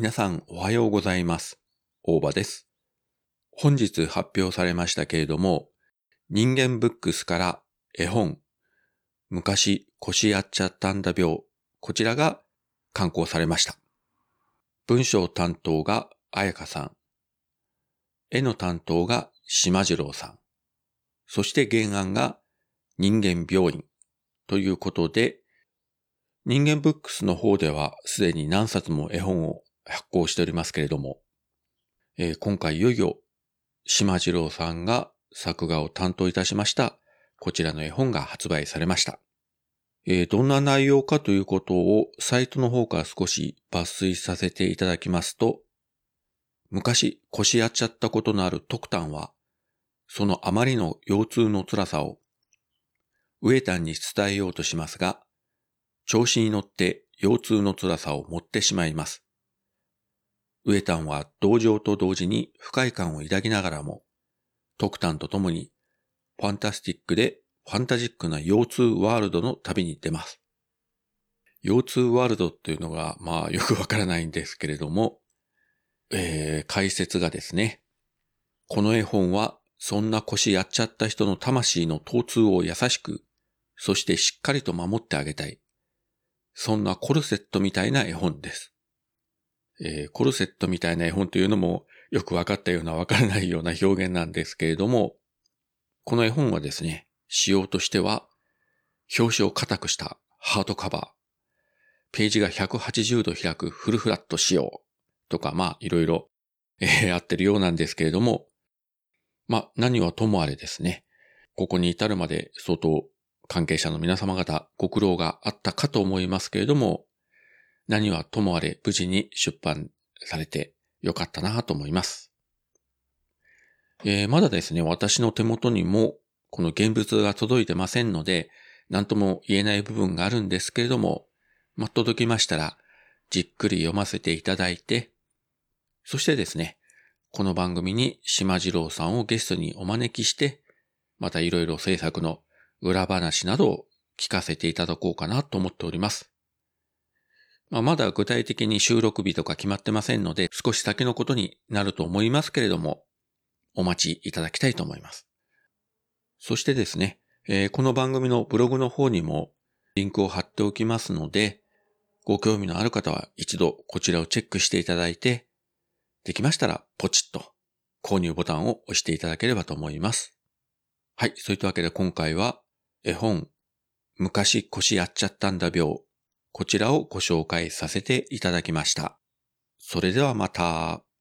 皆さんおはようございます。大場です。本日発表されましたけれども、人間ブックスから絵本、昔腰やっちゃったんだ病、こちらが刊行されました。文章担当が彩香さん、絵の担当が島次郎さん、そして原案が人間病院ということで、人間ブックスの方ではすでに何冊も絵本を発行しておりますけれども、今回いよいよ島次郎さんが作画を担当いたしましたこちらの絵本が発売されました。どんな内容かということをサイトの方から少し抜粋させていただきますと、昔腰やっちゃったことのある徳丹は、そのあまりの腰痛の辛さをウエタンに伝えようとしますが、調子に乗って腰痛の辛さを持ってしまいます。ウエタンは同情と同時に不快感を抱きながらも、徳丹と共にファンタスティックでファンタジックな腰痛ワールドの旅に出ます。腰痛ワールドっていうのがよくわからないんですけれども、解説がですね、この絵本はそんな腰やっちゃった人の魂の疼痛を優しく、そしてしっかりと守ってあげたい。そんなコルセットみたいな絵本です。コルセットみたいな絵本というのもよくわかったようなわからないような表現なんですけれども、この絵本はですね、仕様としては表紙を硬くしたハードカバー、ページが180度開くフルフラット仕様とかいろいろあってるようなんですけれども、何はともあれですね、ここに至るまで相当関係者の皆様方ご苦労があったかと思いますけれども、何はともあれ無事に出版されてよかったなと思います。まだですね、私の手元にもこの現物が届いてませんので、何とも言えない部分があるんですけれども、届きましたらじっくり読ませていただいて、そしてですね、この番組に島次郎さんをゲストにお招きして、またいろいろ制作の裏話などを聞かせていただこうかなと思っております。まだ具体的に収録日とか決まってませんので、少し先のことになると思いますけれども、お待ちいただきたいと思います。そしてですね、この番組のブログの方にもリンクを貼っておきますので、ご興味のある方は一度こちらをチェックしていただいて、できましたらポチッと購入ボタンを押していただければと思います。はい、そういったわけで今回は絵本、昔腰やっちゃったんだ病、こちらをご紹介させていただきました。それではまた。